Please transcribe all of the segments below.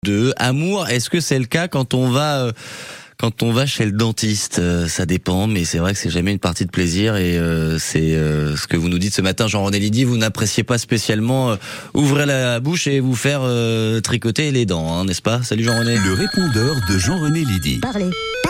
Amour, est-ce que c'est le cas quand on va chez le dentiste? Ça dépend, mais c'est vrai que c'est jamais une partie de plaisir et c'est ce que vous nous dites ce matin, Jean-René Lydie. Vous n'appréciez pas spécialement ouvrir la bouche et vous faire tricoter les dents, hein, n'est-ce pas? Salut Jean-René. Le répondeur de Jean-René Lydie. Parlez.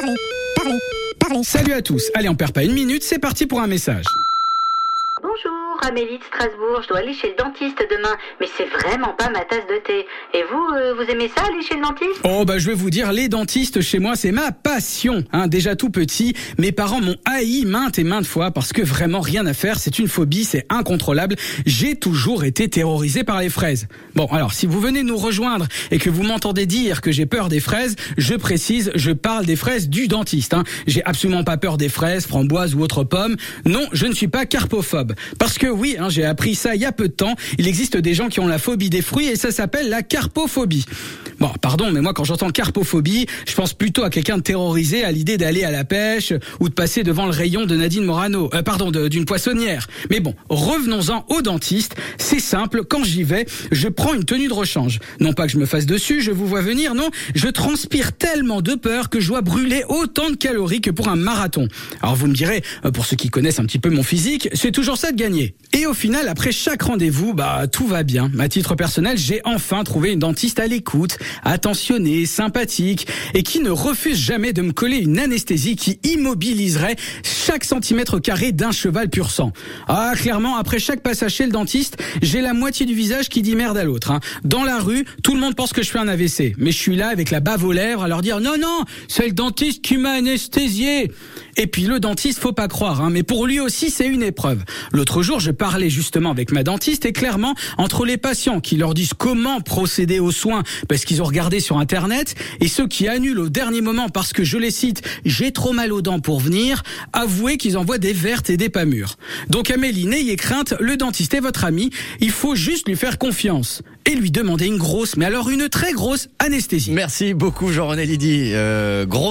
Salut à tous. Allez, on perd pas une minute, c'est parti pour un message. Bonjour, Amélie de Strasbourg, je dois aller chez le dentiste demain, mais c'est vraiment pas ma tasse de thé. Et vous aimez ça, aller chez le dentiste? Oh je vais vous dire, les dentistes chez moi, c'est ma passion. Déjà tout petit, mes parents m'ont haï maintes et maintes fois parce que vraiment rien à faire, c'est une phobie, c'est incontrôlable. J'ai toujours été terrorisé par les fraises. Bon, alors si vous venez nous rejoindre et que vous m'entendez dire que j'ai peur des fraises, je précise, je parle des fraises du dentiste. J'ai absolument pas peur des fraises, framboises ou autres pommes. Non, je ne suis pas carpophobe. Parce que oui, j'ai appris ça il y a peu de temps, il existe des gens qui ont la phobie des fruits et ça s'appelle la carpophobie. Bon, pardon, mais moi quand j'entends carpophobie, je pense plutôt à quelqu'un de terrorisé à l'idée d'aller à la pêche ou de passer devant le rayon de Nadine Morano, d'une poissonnière. Mais bon, revenons-en au dentiste, c'est simple, quand j'y vais, je prends une tenue de rechange. Non pas que je me fasse dessus, je vous vois venir, non, je transpire tellement de peur que je dois brûler autant de calories que pour un marathon. Alors vous me direz, pour ceux qui connaissent un petit peu mon physique, c'est toujours ça de gagner. Et au final, après chaque rendez-vous, tout va bien. À titre personnel, j'ai enfin trouvé une dentiste à l'écoute, attentionnée, sympathique, et qui ne refuse jamais de me coller une anesthésie qui immobiliserait chaque centimètre carré d'un cheval pur sang. Clairement, après chaque passage chez le dentiste, j'ai la moitié du visage qui dit merde à l'autre. Dans la rue, tout le monde pense que je fais un AVC, mais je suis là avec la bave aux lèvres à leur dire non, c'est le dentiste qui m'a anesthésié. Et puis le dentiste, faut pas croire, mais pour lui aussi c'est une épreuve. L'autre jour, je parlais justement avec ma dentiste et clairement, entre les patients qui leur disent comment procéder aux soins parce qu'ils ont regardé sur internet et ceux qui annulent au dernier moment parce que, je les cite, j'ai trop mal aux dents pour venir, avouez qu'ils envoient des vertes et des pas mûres. Donc Amélie, n'ayez crainte, le dentiste est votre ami, il faut juste lui faire confiance et lui demander une très grosse anesthésie. Merci beaucoup Jean-René Lydie.